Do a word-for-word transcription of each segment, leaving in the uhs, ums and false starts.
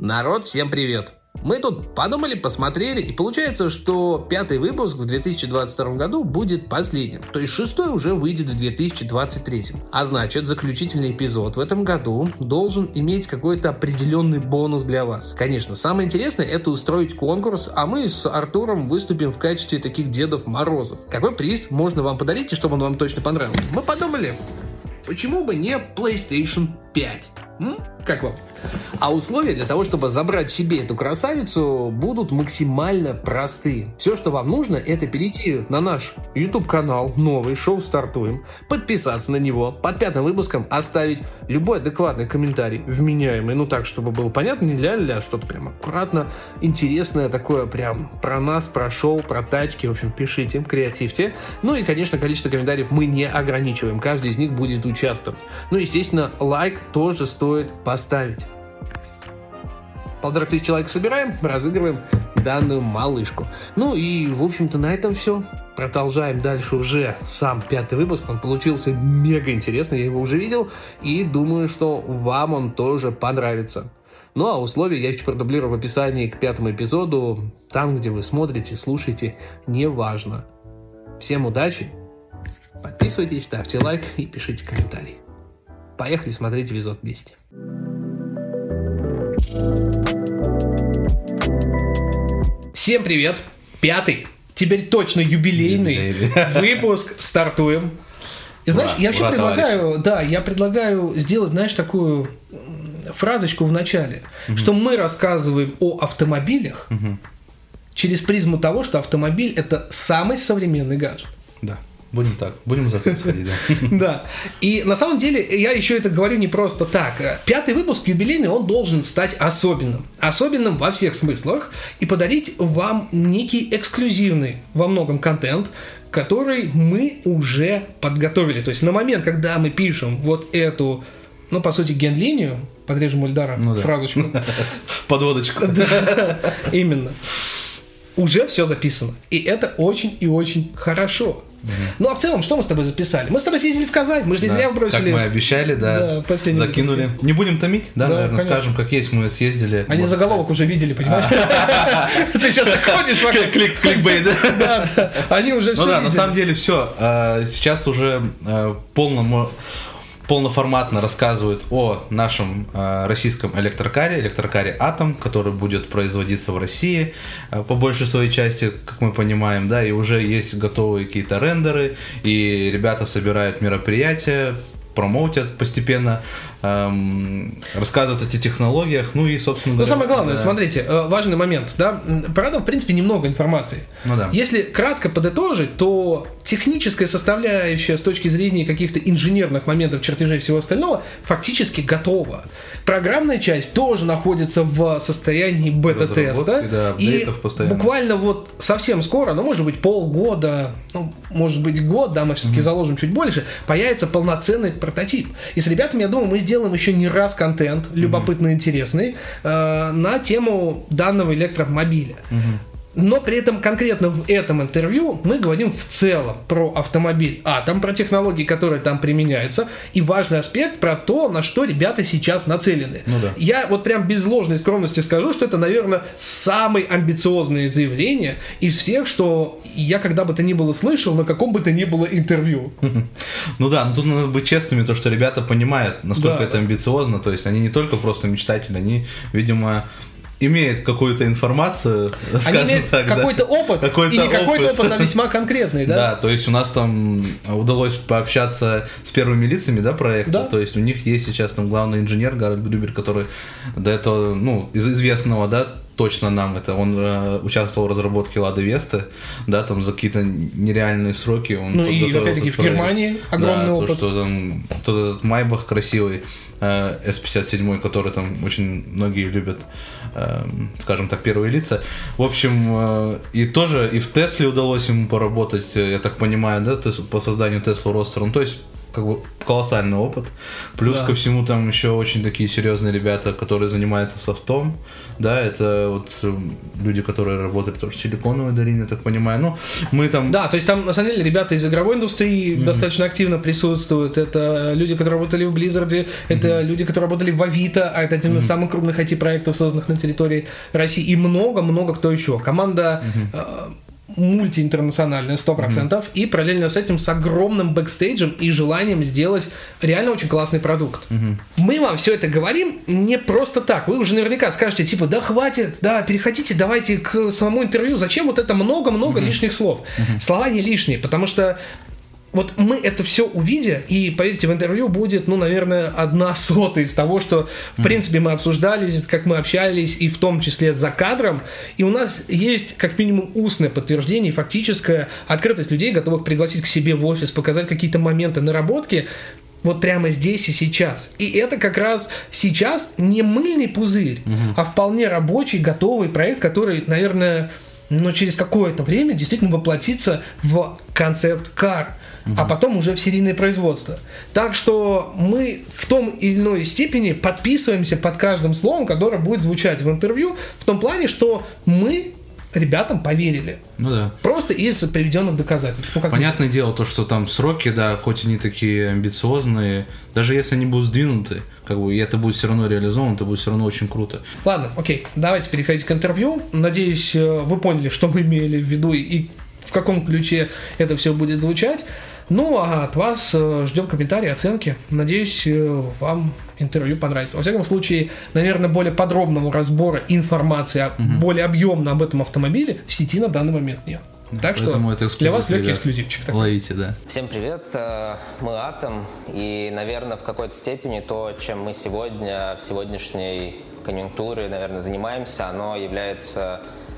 Народ, всем привет! Мы тут подумали, посмотрели, и получается, что пятый выпуск в две тысячи двадцать втором году будет последним. То есть шестой уже выйдет в две тысячи двадцать третьем. А значит, заключительный эпизод в этом году должен иметь какой-то определенный бонус для вас. Конечно, самое интересное — это устроить конкурс, а мы с Артуром выступим в качестве таких Дедов Морозов. Какой приз можно вам подарить, и чтобы он вам точно понравился? Мы подумали, почему бы не PlayStation пять? М? Как вам? А условия для того, чтобы забрать себе эту красавицу, будут максимально простые. Все, что вам нужно, это перейти на наш YouTube-канал, новый, шоу «Стартуем», подписаться на него, под пятым выпуском оставить любой адекватный комментарий, вменяемый, ну так, чтобы было понятно, не ля-ля, что-то прям аккуратно, интересное такое, прям про нас, про шоу, про тачки, в общем, пишите, креативьте. Ну и, конечно, количество комментариев мы не ограничиваем, каждый из них будет участвовать. Ну, естественно, лайк тоже стоит поставить. Полторы тысячи лайков собираем, разыгрываем данную малышку. Ну и, в общем-то, на этом все. Продолжаем дальше уже сам пятый выпуск. Он получился мега интересный, я его уже видел, и думаю, что вам он тоже понравится. Ну а условия я еще продублирую в описании к пятому эпизоду. Там, где вы смотрите, слушаете, неважно. Всем удачи, подписывайтесь, ставьте лайк и пишите комментарий. Поехали смотреть эпизод вместе. Всем привет! Пятый, теперь точно юбилейный выпуск «Стартуем». И знаешь, ура, я вообще предлагаю, товарищ. да, я предлагаю сделать, знаешь, такую фразочку в начале, угу. что мы рассказываем о автомобилях угу. через призму того, что автомобиль – это самый современный гаджет. Да. Будем так, будем за это сходить, да. Да. И на самом деле я еще это говорю не просто так. Пятый выпуск юбилейный, он должен стать особенным. Особенным во всех смыслах и подарить вам некий эксклюзивный во многом контент, который мы уже подготовили. То есть на момент, когда мы пишем вот эту, ну, по сути, генлинию, подрежем Ильдара, ну, да. фразочку. Подводочку. Да, именно. Уже все записано. И это очень и очень хорошо. Mm-hmm. Ну а в целом, что мы с тобой записали? Мы с тобой съездили в Казань, мы же не да, зря бросили. Как мы обещали, да, да закинули. Выпуск. Не будем томить, да, да наверное, конечно. Скажем, как есть, мы съездили. Они заголовок уже видели, понимаешь? Ты сейчас заходишь вокруг. Кликбейт, да? Они уже все Ну да, на самом деле все. Сейчас уже полно... полноформатно рассказывают о нашем э, российском электрокаре, электрокаре «Атом», который будет производиться в России э, по большей своей части, как мы понимаем, да, и уже есть готовые какие-то рендеры, и ребята собирают мероприятия, промоутят постепенно, эм, рассказывают о этих технологиях, ну и, собственно говоря... Ну, самое главное, да. смотрите, важный момент, да, про это, в принципе, немного информации. Ну, да. Если кратко подытожить, то техническая составляющая с точки зрения каких-то инженерных моментов, чертежей и всего остального фактически готова. Программная часть тоже находится в состоянии бета-теста, да, и буквально вот совсем скоро, ну, может быть, полгода, ну, может быть, год, да, мы все-таки mm-hmm. заложим чуть больше, появится полноценный прототип. И с ребятами, я думаю, мы сделаем еще не раз контент, любопытный, mm-hmm. интересный, э, на тему данного электромобиля. Mm-hmm. Но при этом конкретно в этом интервью мы говорим в целом про автомобиль «Атом», про технологии, которые там применяются, и важный аспект про то, на что ребята сейчас нацелены. Ну да. Я вот прям без ложной скромности скажу, что это, наверное, самые амбициозные заявления из всех, что я когда бы то ни было слышал на каком бы то ни было интервью. Ну да, но тут надо быть честными, то, что ребята понимают, насколько да, это да. амбициозно, то есть они не только просто мечтатели, они, видимо... имеет какую-то информацию, скажем Они имеют так, какой-то да? опыт, какой-то и не какой-то опыт, опыт, а весьма конкретный, да? Да, то есть у нас там удалось пообщаться с первыми лицами, да, проекта, да. то есть у них есть сейчас там главный инженер Гарольд Грюбер, который до этого, ну, из известного, да, точно нам это, он э, участвовал в разработке Лады Весты, да, там за какие-то нереальные сроки он ну и опять-таки в Германии огромный да, опыт. То, что там тот этот Майбах красивый, э, эс пятьдесят семь, который там очень многие любят, э, скажем так, первые лица. В общем, э, и тоже и в Тесле удалось ему поработать, я так понимаю, да, по созданию Tesla Roadster. Ну, то есть как бы колоссальный опыт. Плюс да. ко всему там еще очень такие серьезные ребята, которые занимаются софтом. Да, это вот люди, которые работали тоже в Силиконовой долине, я так понимаю. Ну, мы там... Да, то есть там, на самом деле, ребята из игровой индустрии mm-hmm. достаточно активно присутствуют. Это люди, которые работали в Blizzard, mm-hmm. это люди, которые работали в Авито, а это один mm-hmm. из самых крупных ай ти-проектов, созданных на территории России. И много-много кто еще. Команда... Mm-hmm. мультиинтернациональная, сто процентов, mm-hmm. и параллельно с этим с огромным бэкстейджем и желанием сделать реально очень классный продукт. Mm-hmm. Мы вам все это говорим не просто так. Вы уже наверняка скажете, типа, да хватит, да, переходите, давайте к самому интервью. Зачем вот это много-много mm-hmm. лишних слов? Mm-hmm. Слова не лишние, потому что вот мы это все увидя, и, поверьте, в интервью будет, ну, наверное, одна сотая из того, что, в принципе, мы обсуждали, как мы общались, и в том числе за кадром. И у нас есть, как минимум, устное подтверждение, фактическая открытость людей, готовых пригласить к себе в офис, показать какие-то моменты наработки, вот прямо здесь и сейчас. И это как раз сейчас не мыльный пузырь, угу. а вполне рабочий, готовый проект, который, наверное, ну, через какое-то время действительно воплотится в концепт-кар. Uh-huh. А потом уже в серийное производство. Так что мы в том или иной степени подписываемся под каждым словом, которое будет звучать в интервью, в том плане, что мы ребятам поверили. Ну да. Просто из приведенных доказательств. Ну, понятное дело, то, что там сроки, да, хоть они такие амбициозные, даже если они будут сдвинуты, как бы, и это будет все равно реализовано, это будет все равно очень круто. Ладно, окей, давайте переходить к интервью. Надеюсь, вы поняли, что мы имели в виду и в каком ключе это все будет звучать. Ну, а от вас ждем комментарии, оценки. Надеюсь, вам интервью понравится. Во всяком случае, наверное, более подробного разбора информации, угу. более объемно об этом автомобиле в сети на данный момент нет. Так поэтому что для вас легкий эксклюзивчик. Такой. Ловите, да. Всем привет, мы Атом, и, наверное, в какой-то степени то, чем мы сегодня, в сегодняшней конъюнктуре, наверное, занимаемся, оно является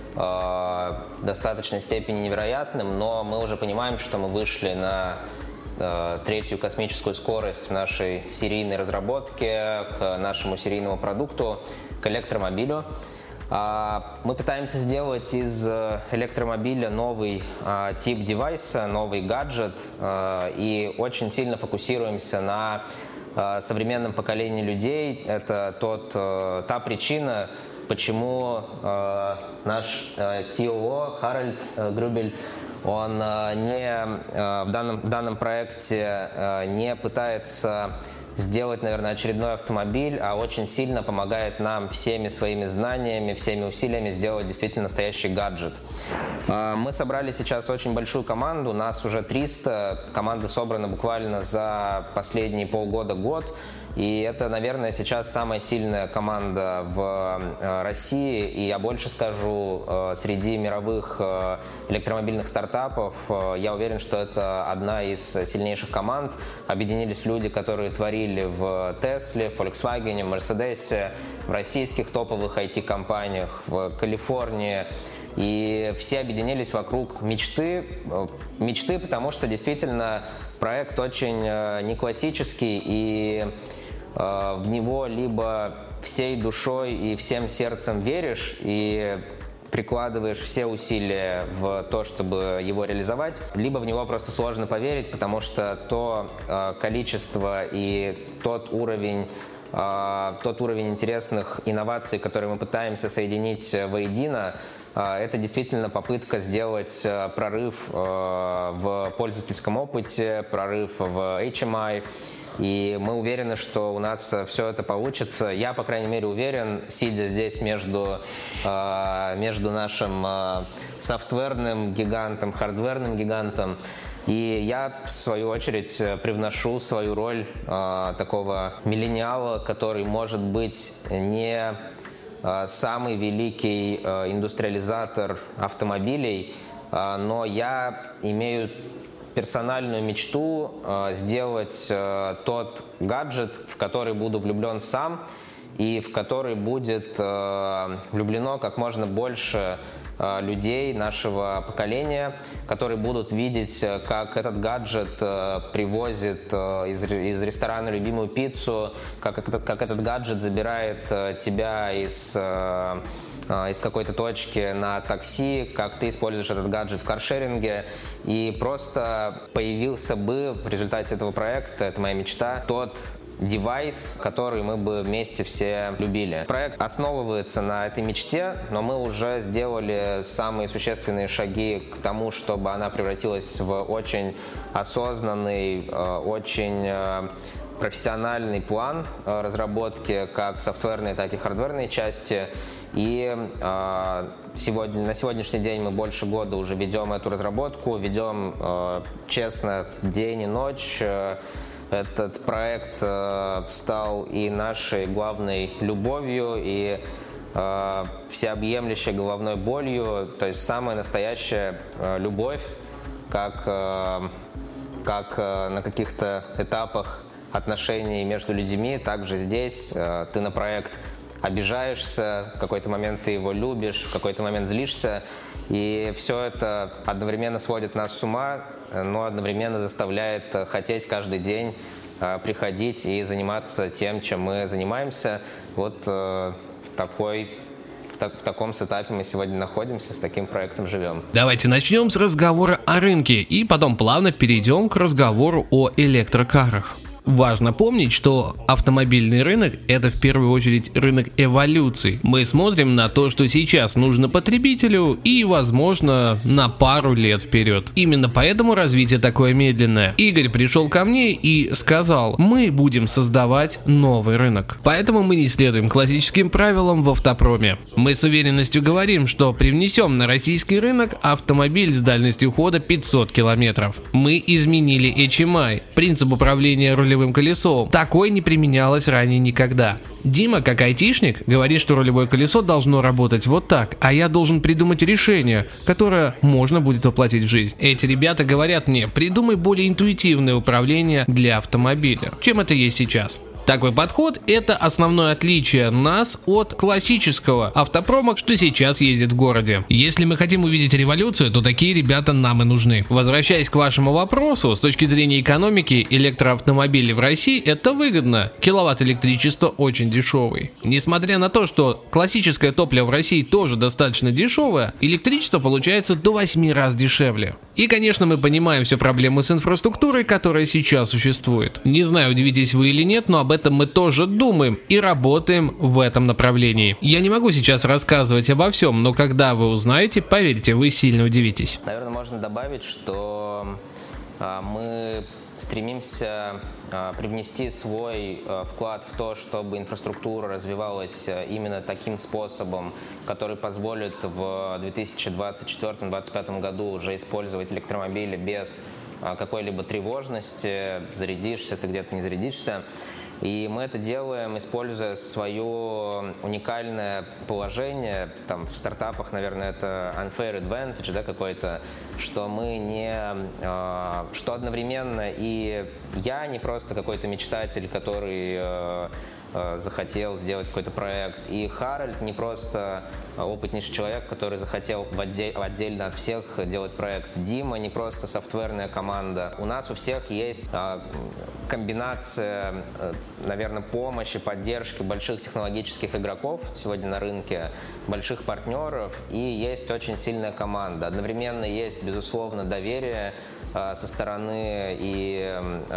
в достаточной степени невероятным, но мы уже понимаем, что мы вышли на э, третью космическую скорость в нашей серийной разработке, к нашему серийному продукту, к электромобилю. Э, мы пытаемся сделать из электромобиля новый э, тип девайса, новый гаджет, э, и очень сильно фокусируемся на э, современном поколении людей. Это тот, э, та причина, почему э, наш э, си о о Харальд э, Грюбель, он э, не, э, в, данном, в данном проекте э, не пытается сделать, наверное, очередной автомобиль, а очень сильно помогает нам всеми своими знаниями, всеми усилиями сделать действительно настоящий гаджет. Э, мы собрали сейчас очень большую команду, нас уже триста, команда собрана буквально за последние полгода-год. И это, наверное, сейчас самая сильная команда в России, и я больше скажу, среди мировых электромобильных стартапов, я уверен, что это одна из сильнейших команд. Объединились люди, которые творили в Тесле, в Volkswagen, в Мерседесе, в российских топовых ай ти-компаниях, в Калифорнии. И все объединились вокруг мечты, мечты, потому что действительно проект очень не классический, и в него либо всей душой и всем сердцем веришь и прикладываешь все усилия в то, чтобы его реализовать, либо в него просто сложно поверить, потому что то количество и тот уровень тот уровень интересных инноваций, которые мы пытаемся соединить воедино, это действительно попытка сделать прорыв в пользовательском опыте, прорыв в эйч эм ай. И мы уверены, что у нас все это получится. Я, по крайней мере, уверен, сидя здесь между, между нашим софтверным гигантом, хардверным гигантом. И я, в свою очередь, привношу свою роль такого миллениала, который, может быть, не самый великий индустриализатор автомобилей, но я имею персональную мечту э, сделать э, тот гаджет, в который буду влюблен сам и в который будет э, влюблено как можно больше э, людей нашего поколения, которые будут видеть, как этот гаджет э, привозит э, из, из ресторана любимую пиццу, как, как, как этот гаджет забирает э, тебя из... Э, из какой-то точки на такси, как ты используешь этот гаджет в каршеринге. И просто появился бы в результате этого проекта, это моя мечта, тот девайс, который мы бы вместе все любили. Проект основывается на этой мечте, но мы уже сделали самые существенные шаги к тому, чтобы она превратилась в очень осознанный, очень профессиональный план разработки как софтверной, так и хардверной части. И э, сегодня, на сегодняшний день мы больше года уже ведем эту разработку, ведем э, честно день и ночь. Этот проект э, стал и нашей главной любовью, и э, всеобъемлющей головной болью, то есть самая настоящая э, любовь, как, э, как э, на каких-то этапах отношений между людьми, также здесь э, ты на проект обижаешься, в какой-то момент ты его любишь, в какой-то момент злишься, и все это одновременно сводит нас с ума, но одновременно заставляет хотеть каждый день э, приходить и заниматься тем, чем мы занимаемся. Вот э, в такой в, так, в таком сетапе мы сегодня находимся, с таким проектом живем. Давайте начнем с разговора о рынке и потом плавно перейдем к разговору о электрокарах. Важно помнить, что автомобильный рынок – это в первую очередь рынок эволюции. Мы смотрим на то, что сейчас нужно потребителю и, возможно, на пару лет вперед. Именно поэтому развитие такое медленное. Игорь пришел ко мне и сказал: мы будем создавать новый рынок. Поэтому мы не следуем классическим правилам в автопроме. Мы с уверенностью говорим, что привнесем на российский рынок автомобиль с дальностью хода пятьсот километров. Мы изменили эйч эм ай, принцип управления рулевым колесом. Такое не применялось ранее никогда. Дима, как айтишник, говорит, что рулевое колесо должно работать вот так, а я должен придумать решение, которое можно будет воплотить в жизнь. Эти ребята говорят мне: придумай более интуитивное управление для автомобиля, чем это есть сейчас. Такой подход – это основное отличие нас от классического автопрома, что сейчас ездит в городе. Если мы хотим увидеть революцию, то такие ребята нам и нужны. Возвращаясь к вашему вопросу, с точки зрения экономики, электроавтомобили в России – это выгодно. Киловатт электричества очень дешевый. Несмотря на то, что классическое топливо в России тоже достаточно дешевое, электричество получается до восьми раз дешевле. И, конечно, мы понимаем всю проблему с инфраструктурой, которая сейчас существует. Не знаю, удивитесь вы или нет, но об этом мы тоже думаем и работаем в этом направлении. Я не могу сейчас рассказывать обо всем, но когда вы узнаете, поверьте, вы сильно удивитесь. Наверное, можно добавить, что а, мы стремимся а, привнести свой а, вклад в то, чтобы инфраструктура развивалась а, именно таким способом, который позволит в две тысячи двадцать четвёртом — две тысячи двадцать пятом году уже использовать электромобили без а, какой-либо тревожности, зарядишься ты где-то, не зарядишься. И мы это делаем, используя свое уникальное положение. Там в стартапах, наверное, это unfair advantage, да, какой-то, что мы не, э, что одновременно и я не просто какой-то мечтатель, который э, э, захотел сделать какой-то проект, и Харальд не просто опытнейший человек, который захотел в отдель, отдельно от всех делать проект. Дима не просто софтверная команда. У нас у всех есть э, комбинация, э, наверное, помощи, поддержки больших технологических игроков сегодня на рынке, больших партнеров, и есть очень сильная команда. Одновременно есть, безусловно, доверие э, со стороны и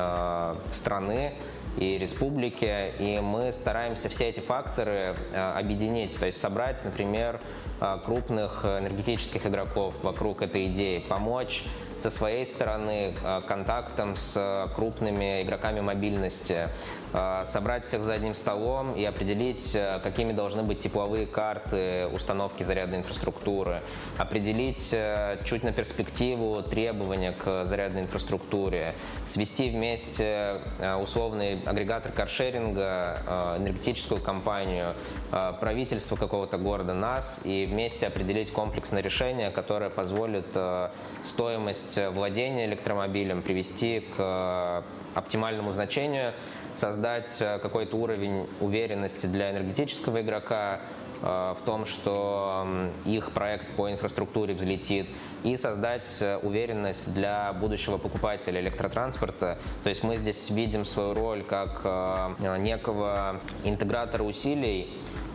э, страны, и республики, и мы стараемся все эти факторы э, объединить, то есть собрать, например, э, крупных энергетических игроков вокруг этой идеи, помочь со своей стороны э, контактом с э, крупными игроками мобильности, э, собрать всех за одним столом и определить, э, какими должны быть тепловые карты установки зарядной инфраструктуры, определить э, чуть на перспективу требования к зарядной инфраструктуре, свести вместе э, условный агрегатор каршеринга, энергетическую компанию, правительство какого-то города, нас, и вместе определить комплексное решение, которое позволит стоимость владения электромобилем привести к оптимальному значению, создать какой-то уровень уверенности для энергетического игрока в том, что их проект по инфраструктуре взлетит, и создать уверенность для будущего покупателя электротранспорта. То есть мы здесь видим свою роль как некого интегратора усилий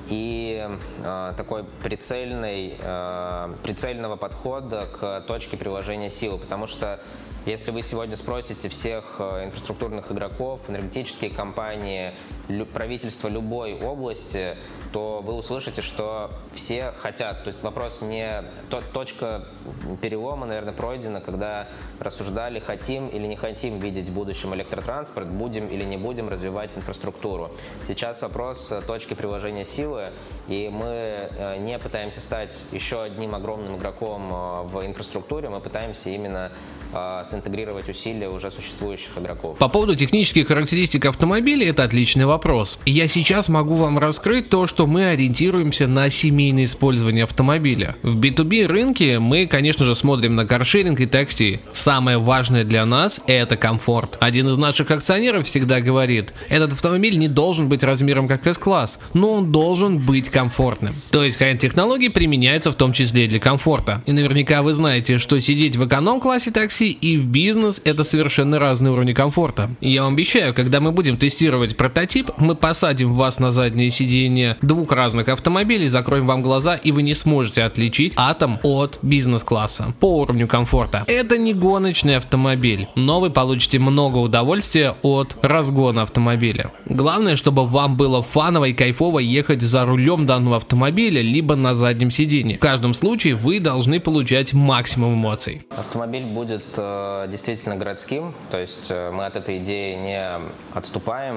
и такой прицельный, прицельного подхода к точке приложения силы, потому что если вы сегодня спросите всех инфраструктурных игроков, энергетические компании, правительство любой области, то вы услышите, что все хотят. То есть вопрос не... Точка перелома, наверное, пройдена, когда рассуждали, хотим или не хотим видеть в будущем электротранспорт, будем или не будем развивать инфраструктуру. Сейчас вопрос точки приложения силы, и мы не пытаемся стать еще одним огромным игроком в инфраструктуре, мы пытаемся именно интегрировать усилия уже существующих игроков. По поводу технических характеристик автомобиля, это отличный вопрос. И я сейчас могу вам раскрыть то, что мы ориентируемся на семейное использование автомобиля. В би ту би рынке мы, конечно же, смотрим на каршеринг и такси. Самое важное для нас – это комфорт. Один из наших акционеров всегда говорит, этот автомобиль не должен быть размером как эс-класс, но он должен быть комфортным. То есть хай-энд-технологии применяются в том числе и для комфорта. И наверняка вы знаете, что сидеть в эконом-классе такси и в бизнес – это совершенно разные уровни комфорта. И я вам обещаю, когда мы будем тестировать прототип, мы посадим вас на заднее сиденье двух разных автомобилей, закроем вам глаза, и вы не сможете отличить Атом от бизнес-класса по уровню комфорта. Это не гоночный автомобиль, но вы получите много удовольствия от разгона автомобиля. Главное, чтобы вам было фаново и кайфово ехать за рулем данного автомобиля, либо на заднем сиденье. В каждом случае вы должны получать максимум эмоций. Автомобиль будет э, действительно городским, то есть э, мы от этой идеи не отступаем.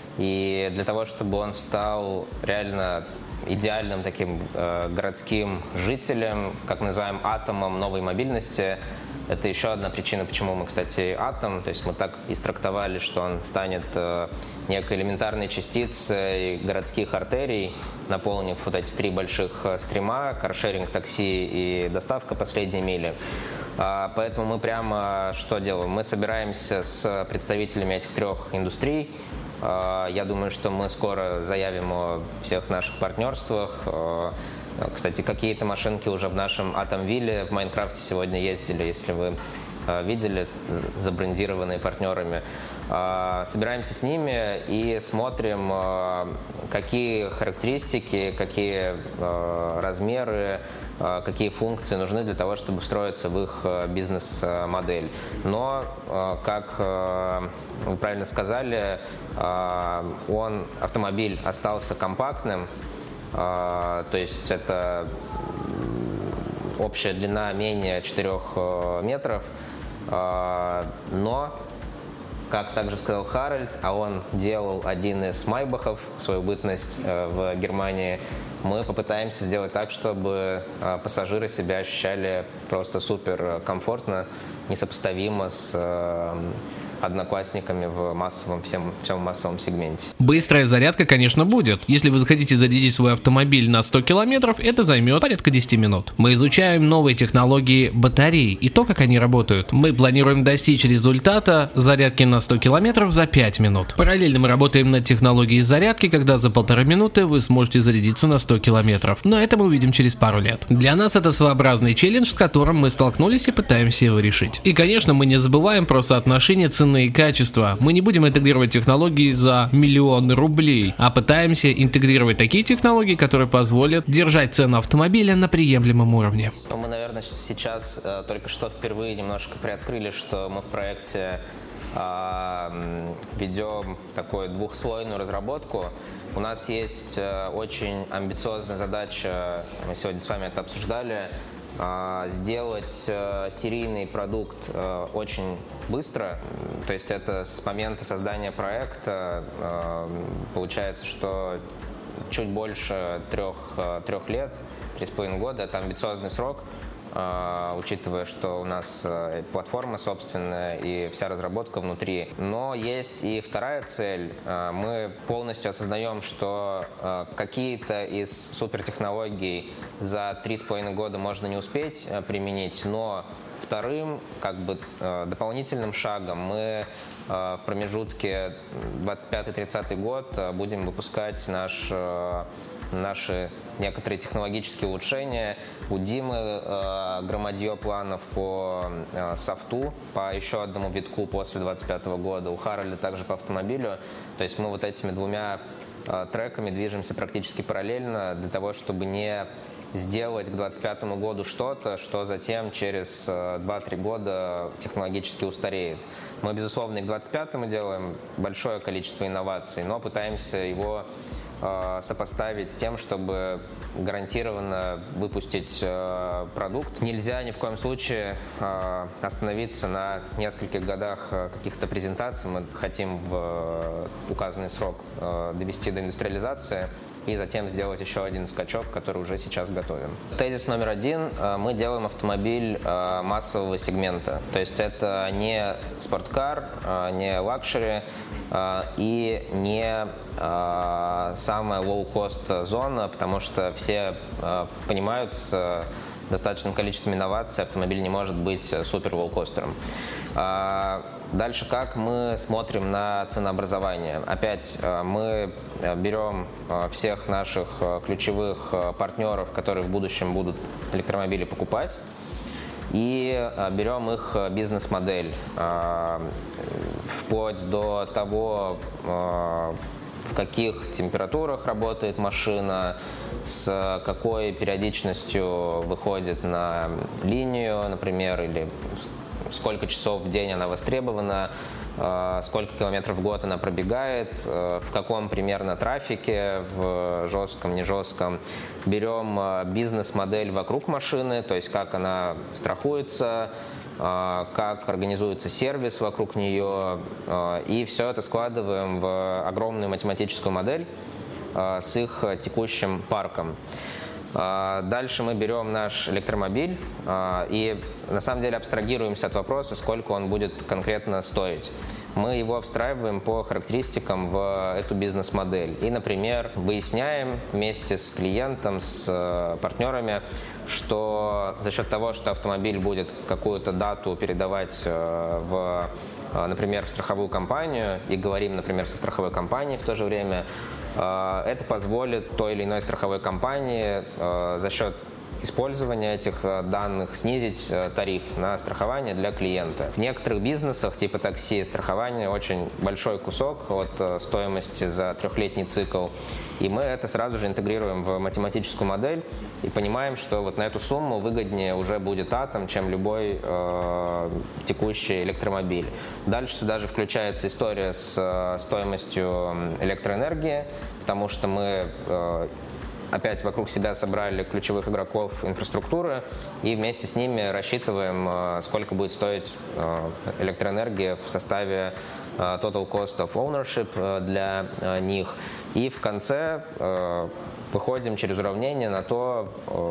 И для того, чтобы он стал реально идеальным таким э, городским жителем, как называем атомом новой мобильности, это еще одна причина, почему мы, кстати, атом, то есть мы так и трактовали, что он станет э, некой элементарной частицей городских артерий, наполнив вот эти три больших стрима: каршеринг, такси и доставка последней мили. А, поэтому мы прямо что делаем? Мы собираемся с представителями этих трех индустрий. Я думаю, что мы скоро заявим о всех наших партнерствах. Кстати, какие-то машинки уже в нашем Атомвилле в Майнкрафте сегодня ездили, если вы видели, забрендированные партнерами. Собираемся с ними и смотрим, какие характеристики, какие размеры, какие функции нужны для того, чтобы встроиться в их бизнес-модель. Но, как вы правильно сказали, он, автомобиль остался компактным, то есть это общая длина менее четырёх метров, но, как также сказал Харальд, а он делал один из майбахов, свою бытность в Германии, мы попытаемся сделать так, чтобы пассажиры себя ощущали просто супер комфортно, несопоставимо с одноклассниками в массовом, всем, всем массовом сегменте. Быстрая зарядка, конечно, будет. Если вы захотите зарядить свой автомобиль на сто километров, это займет порядка десять минут. Мы изучаем новые технологии батарей и то, как они работают. Мы планируем достичь результата зарядки на сто километров за пять минут. Параллельно мы работаем над технологией зарядки, когда за полторы минуты вы сможете зарядиться на сто километров. Но это мы увидим через пару лет. Для нас это своеобразный челлендж, с которым мы столкнулись и пытаемся его решить. И, конечно, мы не забываем про соотношение цены и качества. Мы не будем интегрировать технологии за миллионы рублей, а пытаемся интегрировать такие технологии, которые позволят держать цену автомобиля на приемлемом уровне. Мы, наверное, сейчас э, только что впервые немножко приоткрыли, что мы в проекте э, ведем такую двухслойную разработку. У нас есть э, очень амбициозная задача, мы сегодня с вами это обсуждали, сделать серийный продукт очень быстро, то есть это с момента создания проекта получается, что чуть больше трех, трех лет, три с половиной года, это амбициозный срок, учитывая, что у нас платформа собственная и вся разработка внутри. Но есть и вторая цель. Мы полностью осознаем, что какие-то из супертехнологий за три с половиной года можно не успеть применить, но вторым, как бы дополнительным шагом мы в промежутке двадцать пятый тридцатый год будем выпускать наш наши некоторые технологические улучшения. У Димы э, громадье планов по э, софту, по еще одному витку после двадцать пятого года. У Харальда также по автомобилю. То есть мы вот этими двумя треками движемся практически параллельно для того, чтобы не сделать к двадцать пятому году что-то, что затем через два-три года технологически устареет. Мы, безусловно, и к двадцать пятому делаем большое количество инноваций, но пытаемся его сопоставить с тем, чтобы гарантированно выпустить продукт. Нельзя ни в коем случае остановиться на нескольких годах каких-то презентаций. Мы хотим в указанный срок довести до индустриализации и затем сделать еще один скачок, который уже сейчас готовим. Тезис номер один. Мы делаем автомобиль массового сегмента. То есть это не спорткар, не лакшери и не самая лоу-кост зона, потому что все понимают, с достаточным количеством инноваций автомобиль не может быть супер-лоу-костером. Дальше как мы смотрим на ценообразование? Опять мы берем всех наших ключевых партнеров, которые в будущем будут электромобили покупать, и берем их бизнес-модель вплоть до того, в каких температурах работает машина, с какой периодичностью выходит на линию, например, или сколько часов в день она востребована, сколько километров в год она пробегает, в каком примерно трафике, в жестком, не жестком. Берем бизнес-модель вокруг машины, то есть как она страхуется, как организуется сервис вокруг нее, и все это складываем в огромную математическую модель с их текущим парком. Дальше мы берем наш электромобиль и на самом деле абстрагируемся от вопроса, сколько он будет конкретно стоить. Мы его обстраиваем по характеристикам в эту бизнес-модель. И, например, выясняем вместе с клиентом, с партнерами, что за счет того, что автомобиль будет какую-то дату передавать в, например, в страховую компанию, и говорим, например, со страховой компанией в то же время, это позволит той или иной страховой компании за счет использования этих данных снизить тариф на страхование для клиента. В некоторых бизнесах, типа такси, страхование очень большой кусок от стоимости за трехлетний цикл. И мы это сразу же интегрируем в математическую модель и понимаем, что вот на эту сумму выгоднее уже будет Атом, чем любой э, текущий электромобиль. Дальше сюда же включается история с стоимостью электроэнергии, потому что мы э, опять вокруг себя собрали ключевых игроков инфраструктуры и вместе с ними рассчитываем, сколько будет стоить электроэнергия в составе total cost of ownership для них. И в конце выходим через уравнение на то,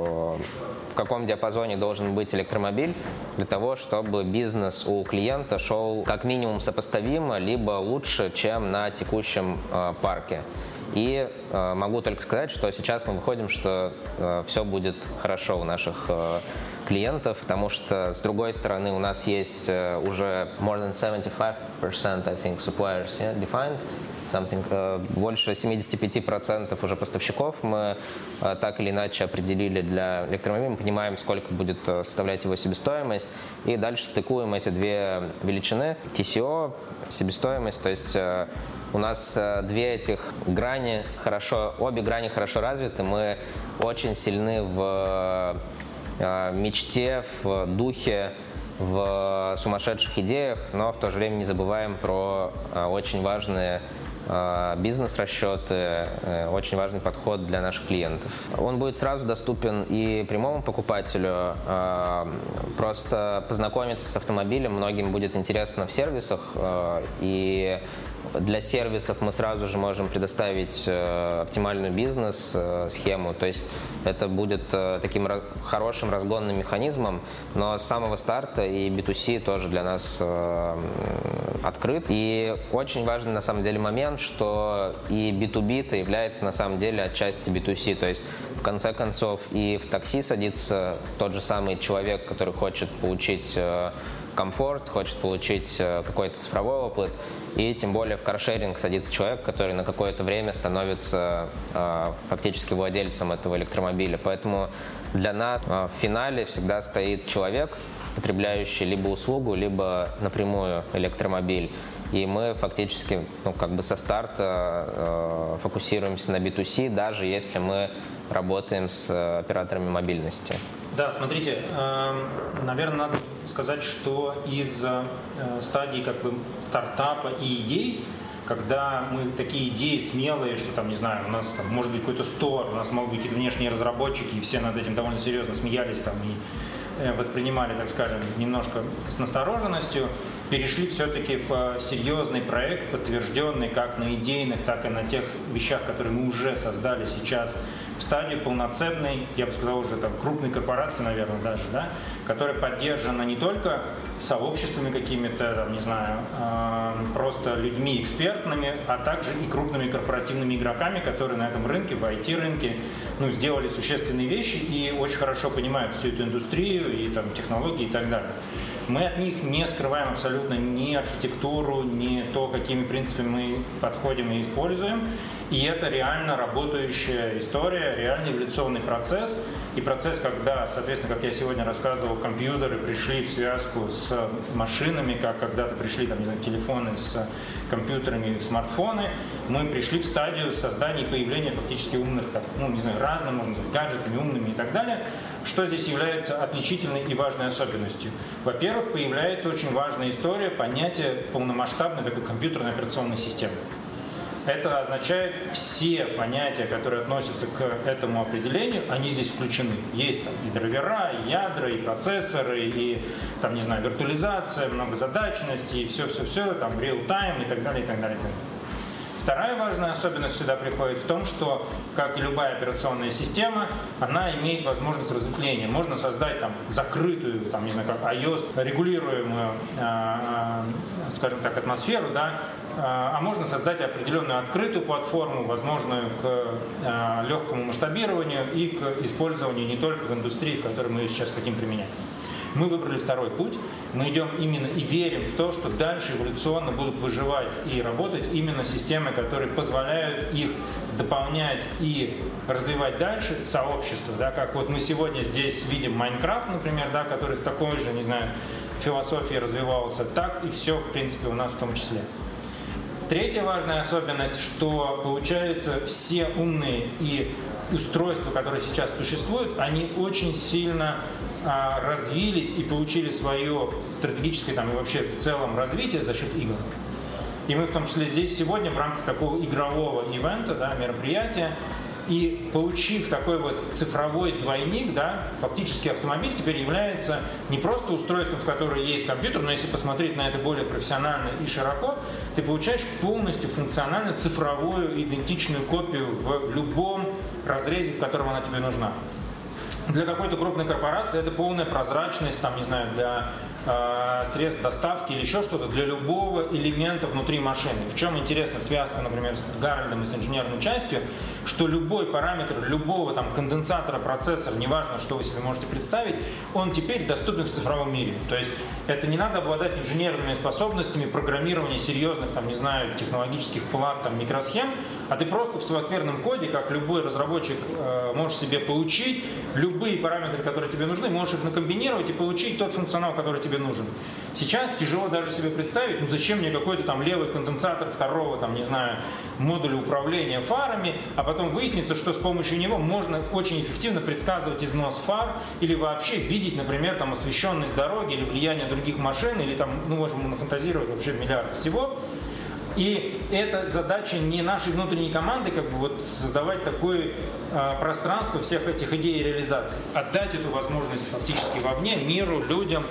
в каком диапазоне должен быть электромобиль для того, чтобы бизнес у клиента шел как минимум сопоставимо, либо лучше, чем на текущем парке. И э, могу только сказать, что сейчас мы выходим, что э, все будет хорошо у наших э, клиентов, потому что, с другой стороны, у нас есть э, уже more than seventy-five percent, I think, suppliers yeah, defined, something, э, больше семьдесят пять процентов уже поставщиков мы э, так или иначе определили для электромобиля, мы понимаем, сколько будет э, составлять его себестоимость, и дальше стыкуем эти две величины, ти си о, себестоимость, то есть э, у нас э, две этих грани хорошо, обе грани хорошо развиты. Мы очень сильны в э, мечте, в духе, в сумасшедших идеях, но в то же время не забываем про э, очень важные э, бизнес-расчеты, э, очень важный подход для наших клиентов. Он будет сразу доступен и прямому покупателю. Э, просто познакомиться с автомобилем многим будет интересно в сервисах, э, и для сервисов мы сразу же можем предоставить э, оптимальную бизнес-схему, э, то есть это будет э, таким раз, хорошим разгонным механизмом, но с самого старта и би ту си тоже для нас э, открыт. И очень важный на самом деле момент, что и би ту би-то является на самом деле отчасти би ту си, то есть в конце концов и в такси садится тот же самый человек, который хочет получить э, комфорт, хочет получить э, какой-то цифровой опыт. И тем более в каршеринг садится человек, который на какое-то время становится э, фактически владельцем этого электромобиля. Поэтому для нас э, в финале всегда стоит человек, потребляющий либо услугу, либо напрямую электромобиль. И мы фактически, ну, как бы со старта э, фокусируемся на би ту си, даже если мы работаем с операторами мобильности. Да, смотрите, наверное, надо сказать, что из стадии как бы стартапа и идей, когда мы такие идеи смелые, что там, не знаю, у нас там, может быть какой-то стор, у нас могут быть какие-то внешние разработчики, и все над этим довольно серьезно смеялись там и воспринимали, так скажем, немножко с настороженностью, перешли все-таки в серьезный проект, подтвержденный как на идейных, так и на тех вещах, которые мы уже создали сейчас, в стадию полноценной, я бы сказал, уже там крупной корпорации, наверное, даже, да, которая поддержана не только сообществами какими-то, там, не знаю, э, просто людьми экспертными, а также и крупными корпоративными игроками, которые на этом рынке, в ай ти-рынке, ну, сделали существенные вещи и очень хорошо понимают всю эту индустрию и там технологии и так далее. Мы от них не скрываем абсолютно ни архитектуру, ни то, какими принципами мы подходим и используем. И это реально работающая история, реальный эволюционный процесс. И процесс, когда, соответственно, как я сегодня рассказывал, компьютеры пришли в связку с машинами, как когда-то пришли, там, не знаю, телефоны с компьютерами, смартфоны, мы пришли в стадию создания и появления фактически умных, так, ну, не знаю, разным, можно сказать, гаджетами, умными и так далее. Что здесь является отличительной и важной особенностью? Во-первых, появляется очень важная история, понятие полномасштабной такой компьютерной операционной системы. Это означает, все понятия, которые относятся к этому определению, они здесь включены. Есть там и драйвера, и ядра, и процессоры, и там, не знаю, виртуализация, многозадачность, и все-все-все, там, real-time и так далее, и так далее, и так далее. Вторая важная особенность сюда приходит в том, что, как и любая операционная система, она имеет возможность разветвления. Можно создать там закрытую, там, не знаю, как iOS, регулируемую, э, э, скажем так, атмосферу, да, э, а можно создать определенную открытую платформу, возможную к э, легкому масштабированию и к использованию не только в индустрии, в которой мы ее сейчас хотим применять. Мы выбрали второй путь. Мы идем именно и верим в то, что дальше эволюционно будут выживать и работать именно системы, которые позволяют их дополнять и развивать дальше сообщество. Да, как вот мы сегодня здесь видим Майнкрафт, например, да, который в такой же, не знаю, философии развивался, так и все, в принципе, у нас в том числе. Третья важная особенность, что получается все умные и устройства, которые сейчас существуют, они очень сильно а, развились и получили свое стратегическое там, и вообще в целом развитие за счет игр. И мы в том числе здесь сегодня в рамках такого игрового ивента, да, мероприятия, и получив такой вот цифровой двойник, да, фактически автомобиль теперь является не просто устройством, в котором есть компьютер, но если посмотреть на это более профессионально и широко, ты получаешь полностью функциональную цифровую идентичную копию в любом разрезе, в котором она тебе нужна. Для какой-то крупной корпорации это полная прозрачность, там, не знаю, для э, средств доставки или еще что-то, для любого элемента внутри машины. В чем интересна связка, например, с Гарольдом и с инженерной частью, что любой параметр любого там конденсатора, процессора, неважно, что вы себе можете представить, он теперь доступен в цифровом мире. То есть это не надо обладать инженерными способностями программирования серьезных, там, не знаю, технологических плат, там, микросхем, а ты просто в софтверном коде, как любой разработчик, э, можешь себе получить любые параметры, которые тебе нужны, можешь их накомбинировать и получить тот функционал, который тебе нужен. Сейчас тяжело даже себе представить, ну зачем мне какой-то там левый конденсатор второго, там, не знаю, модуля управления фарами, а потом выяснится, что с помощью него можно очень эффективно предсказывать износ фар или вообще видеть, например, там освещенность дороги или влияние других машин, или там, ну, можем нафантазировать вообще миллиард всего. И это задача не нашей внутренней команды, как бы вот создавать такое э, пространство всех этих идей и реализаций, отдать эту возможность фактически вовне, миру, людям.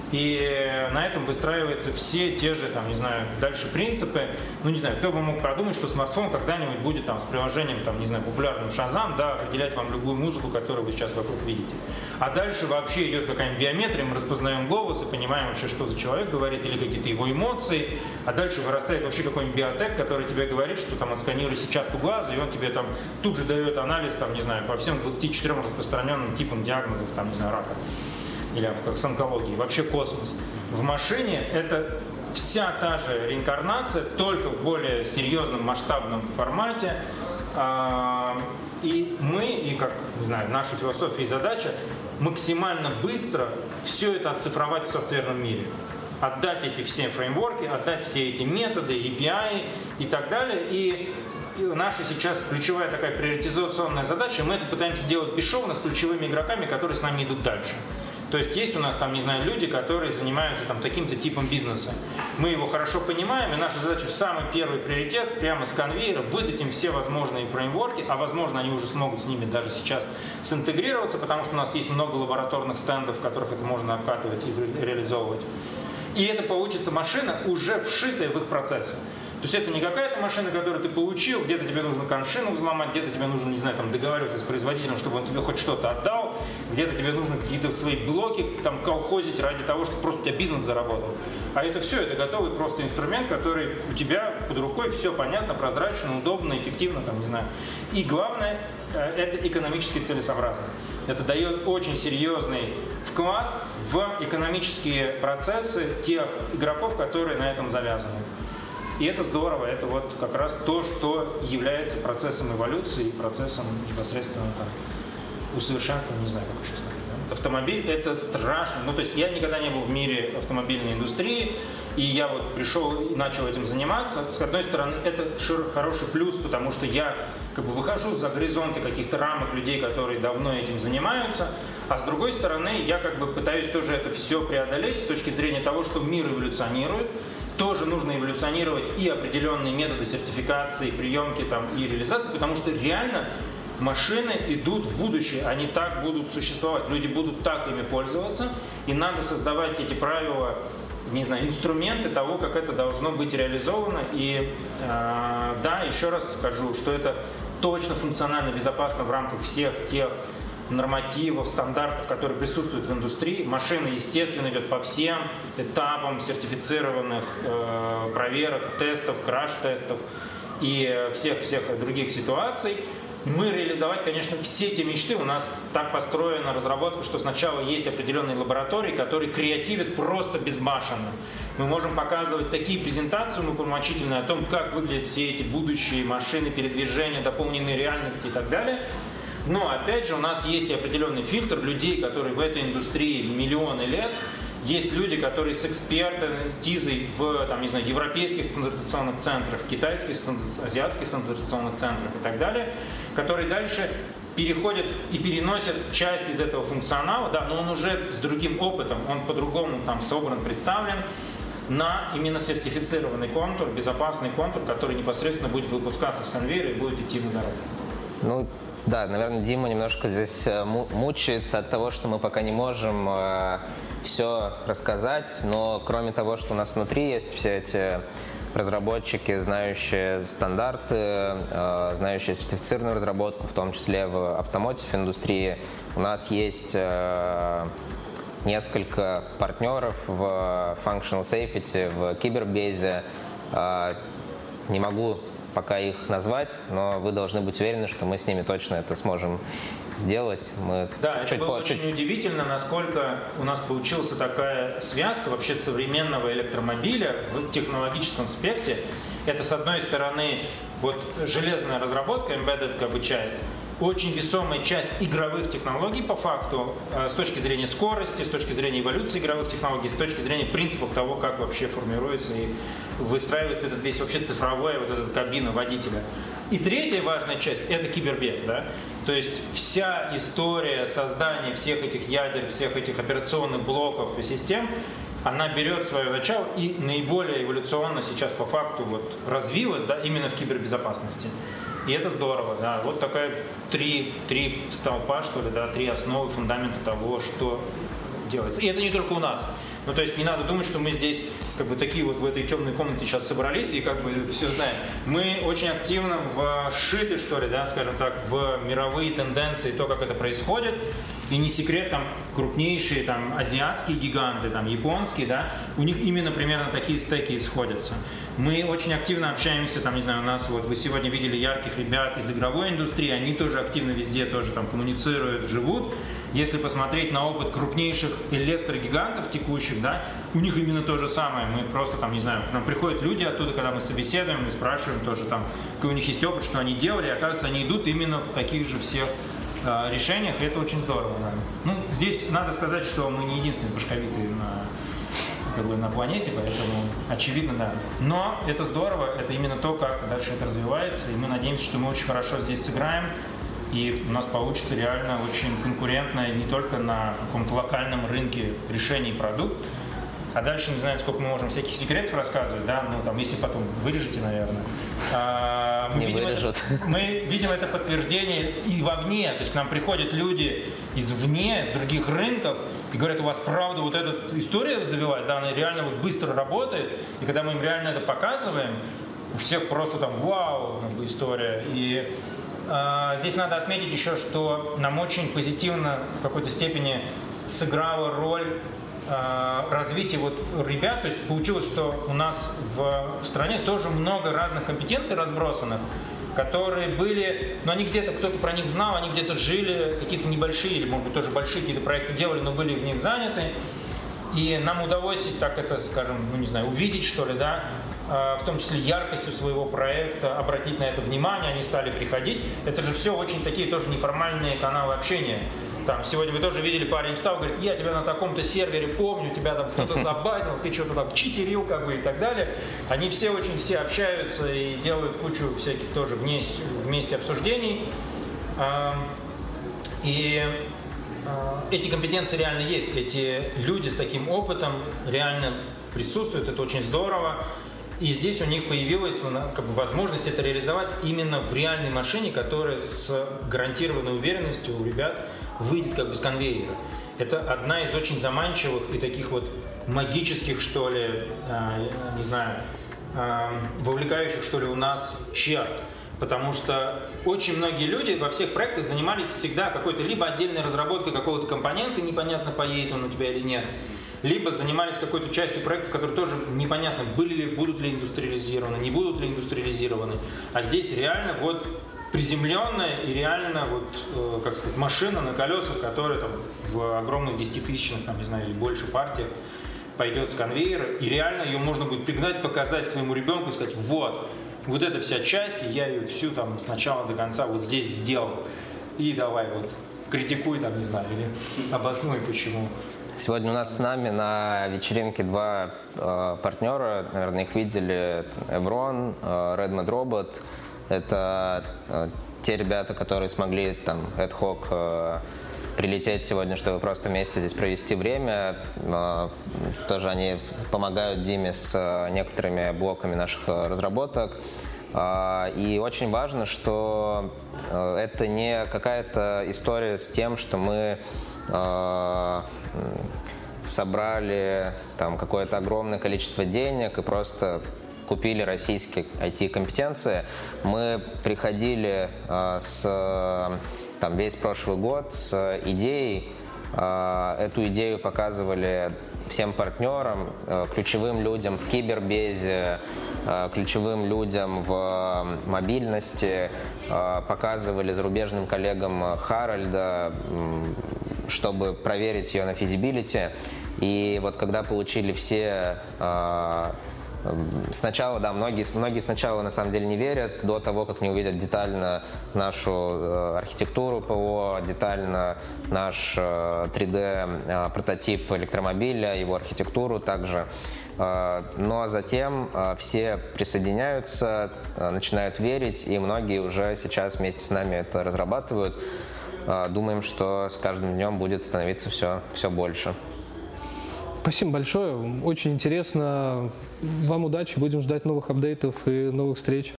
И на этом выстраиваются все те же, там, не знаю, дальше принципы. Ну, не знаю, кто бы мог продумать, что смартфон когда-нибудь будет там с приложением, там, не знаю, популярным Shazam, да, определять вам любую музыку, которую вы сейчас вокруг видите. А дальше вообще идет какая-нибудь биометрия, мы распознаем голос и понимаем вообще, что за человек говорит, или какие-то его эмоции. А дальше вырастает вообще какой-нибудь биотек, который тебе говорит, что там отсканируй сетчатку глаза, и он тебе там тут же дает анализ, там, не знаю, по всем двадцати четырем распространенным типам диагнозов, там, не знаю, рака. Или как с онкологией, вообще космос. В машине это вся та же реинкарнация, только в более серьезном масштабном формате. И мы, и как, не знаю, наша философия и задача максимально быстро все это оцифровать в софтверном мире. отдать эти все фреймворки, отдать все эти методы, эй пи ай и так далее. И И наша сейчас ключевая такая приоритизационная задача, мы это пытаемся делать бесшовно с ключевыми игроками, которые с нами идут дальше. То есть есть у нас там, не знаю, люди, которые занимаются там таким-то типом бизнеса. Мы его хорошо понимаем, и наша задача в самый первый приоритет, прямо с конвейера, выдать им все возможные фреймворки, а возможно они уже смогут с ними даже сейчас синтегрироваться, потому что у нас есть много лабораторных стендов, в которых это можно обкатывать и реализовывать. И это получится машина, уже вшитая в их процессы. То есть это не какая-то машина, которую ты получил, где-то тебе нужно коншину взломать, где-то тебе нужно, не знаю, там, договариваться с производителем, чтобы он тебе хоть что-то отдал, где-то тебе нужно какие-то свои блоки там колхозить ради того, чтобы просто у тебя бизнес заработал. А это все, это готовый просто инструмент, который у тебя под рукой, все понятно, прозрачно, удобно, эффективно, там, не знаю. И главное, это экономически целесообразно. Это дает очень серьезный вклад в экономические процессы тех игроков, которые на этом завязаны. И это здорово, это вот как раз то, что является процессом эволюции и процессом непосредственно там, усовершенствования, не знаю, как еще сказать. Да? Автомобиль — это страшно. Ну, то есть я никогда не был в мире автомобильной индустрии, и я вот пришел и начал этим заниматься. С одной стороны, это хороший плюс, потому что я как бы выхожу за горизонты каких-то рамок людей, которые давно этим занимаются, а с другой стороны, я как бы пытаюсь тоже это все преодолеть с точки зрения того, что мир эволюционирует. Тоже нужно эволюционировать и определенные методы сертификации, приемки там, и реализации, потому что реально машины идут в будущее, они так будут существовать, люди будут так ими пользоваться, и надо создавать эти правила, не знаю, инструменты того, как это должно быть реализовано. И э, да, еще раз скажу, что это точно функционально безопасно в рамках всех тех нормативов, стандартов, которые присутствуют в индустрии. Машина, естественно, идет по всем этапам сертифицированных э, проверок, тестов, краш-тестов и всех-всех других ситуаций. Мы реализовать, конечно, все эти мечты. У нас так построена разработка, что сначала есть определенные лаборатории, которые креативят просто безбашенно. Мы можем показывать такие презентации умопомрачительные о том, как выглядят все эти будущие машины, передвижения, дополненной реальности и так далее. Но, опять же, у нас есть и определенный фильтр людей, которые в этой индустрии миллионы лет. Есть люди, которые с экспертизой в, там, не знаю, европейских стандартизационных центрах, китайских, азиатских стандартизационных центрах и так далее, которые дальше переходят и переносят часть из этого функционала, да, но он уже с другим опытом, он по-другому там собран, представлен на именно сертифицированный контур, безопасный контур, который непосредственно будет выпускаться с конвейера и будет идти на дорогу. Ну, да, наверное, Дима немножко здесь мучается от того, что мы пока не можем э, все рассказать, но кроме того, что у нас внутри есть все эти разработчики, знающие стандарты, э, знающие сертифицированную разработку, в том числе в автомотив индустрии, у нас есть э, несколько партнеров в Functional Safety, в Кибербезе. Э, не могу пока их назвать, но вы должны быть уверены, что мы с ними точно это сможем сделать. Мы да, чуть-чуть это было по... очень чуть... удивительно, насколько у нас получилась такая связка вообще современного электромобиля в технологическом аспекте. Это, с одной стороны, вот железная разработка, embedded как бы часть, очень весомая часть игровых технологий по факту, с точки зрения скорости, с точки зрения эволюции игровых технологий, с точки зрения принципов того, как вообще формируется и выстраивается этот весь вообще цифровой вот эта кабина водителя. И третья важная часть – это кибербез, да? То есть вся история создания всех этих ядер, всех этих операционных блоков и систем, она берет свое начало и наиболее эволюционно сейчас по факту вот развилась, да, именно в кибербезопасности. И это здорово, да. Вот такая три, три столпа, что ли, да, три основы, фундамента того, что делается. И это не только у нас. Ну, то есть не надо думать, что мы здесь как бы такие вот в этой темной комнате сейчас собрались и как бы все знаем. Мы очень активно вшиты, что ли, да, скажем так, в мировые тенденции, то, как это происходит. И не секрет, там, крупнейшие там, азиатские гиганты, там, японские, да, у них именно примерно такие стеки исходятся. Мы очень активно общаемся, там, не знаю, у нас, вот вы сегодня видели ярких ребят из игровой индустрии, они тоже активно везде тоже там коммуницируют, живут. Если посмотреть на опыт крупнейших электрогигантов текущих, да, у них именно то же самое. Мы просто там, не знаю, к нам приходят люди оттуда, когда мы собеседуем, мы спрашиваем тоже там, какой у них есть опыт, что они делали, и оказывается, они идут именно в таких же всех э, решениях, и это очень здорово, наверное. Ну, здесь надо сказать, что мы не единственные башковитые на как бы, на планете, поэтому очевидно, да. Но это здорово, это именно то, как дальше это развивается, и мы надеемся, что мы очень хорошо здесь сыграем, и у нас получится реально очень конкурентно не только на каком-то локальном рынке решений и продукт, а дальше не знаю, сколько мы можем всяких секретов рассказывать, да, ну там, если потом вырежете, наверное. А, мы не видим вырежут. Это, мы видим это подтверждение и вовне, то есть к нам приходят люди извне, с других рынков, и говорят, у вас правда вот эта история завелась, да, она реально вот быстро работает, и когда мы им реально это показываем, у всех просто там вау, как бы, история. И а, здесь надо отметить еще, что нам очень позитивно в какой-то степени сыграла роль развитие вот ребят, то есть получилось, что у нас в, в стране тоже много разных компетенций разбросанных, которые были, но они где-то, кто-то про них знал, они где-то жили, какие-то небольшие, или может быть тоже большие какие-то проекты делали, но были в них заняты, и нам удалось, так это, скажем, ну не знаю, увидеть что ли, да, в том числе яркостью своего проекта, обратить на это внимание, они стали приходить, это же все очень такие тоже неформальные каналы общения. Там, сегодня вы тоже видели, парень встал, говорит, я тебя на таком-то сервере помню, тебя там кто-то забанил, ты что-то там читерил, как бы, и так далее. Они все очень все общаются и делают кучу всяких тоже вместе, вместе обсуждений. И эти компетенции реально есть, эти люди с таким опытом реально присутствуют, это очень здорово. И здесь у них появилась как бы, возможность это реализовать именно в реальной машине, которая с гарантированной уверенностью у ребят выйдет как бы с конвейера. Это одна из очень заманчивых и таких вот магических, что ли, э, не знаю, э, вовлекающих, что ли, у нас черт. Потому что очень многие люди во всех проектах занимались всегда какой-то либо отдельной разработкой какого-то компонента, непонятно, поедет он у тебя или нет, либо занимались какой-то частью проекта, которые тоже непонятно, были ли, будут ли индустриализированы, не будут ли индустриализированы. А здесь реально вот приземленная и реально вот, э, как сказать, машина на колесах, которая там в огромных десятитысячных, там, не знаю, или больше партиях пойдет с конвейера, и реально ее можно будет пригнать, показать своему ребенку и сказать, вот, вот эта вся часть, и я ее всю там с начала до конца вот здесь сделал. И давай вот критикуй там, не знаю, или обоснуй почему. Сегодня у нас с нами на вечеринке два э, партнера, наверное, их видели, Evron, э, Redmond Robot. Это э, те ребята, которые смогли там ad hoc э, прилететь сегодня, чтобы просто вместе здесь провести время. Э, тоже они помогают Диме с э, некоторыми блоками наших э, разработок. Э, и очень важно, что э, это не какая-то история с тем, что мы э, собрали там какое-то огромное количество денег и просто купили российские ай ти-компетенции. Мы приходили э, с там, весь прошлый год с идеей, э, эту идею показывали всем партнерам, э, ключевым людям в кибербезе, э, ключевым людям в мобильности, э, показывали зарубежным коллегам Харальда, э, чтобы проверить ее на физибилити. И вот когда получили все э, сначала, да, многие, многие сначала на самом деле не верят, до того, как не увидят детально нашу э, архитектуру ПО, детально наш э, три дэ э, прототип электромобиля, его архитектуру также. Э, но затем э, все присоединяются, э, начинают верить, и многие уже сейчас вместе с нами это разрабатывают. Э, думаем, что с каждым днем будет становиться все, все больше. Спасибо большое, очень интересно. Вам удачи, будем ждать новых апдейтов и новых встреч.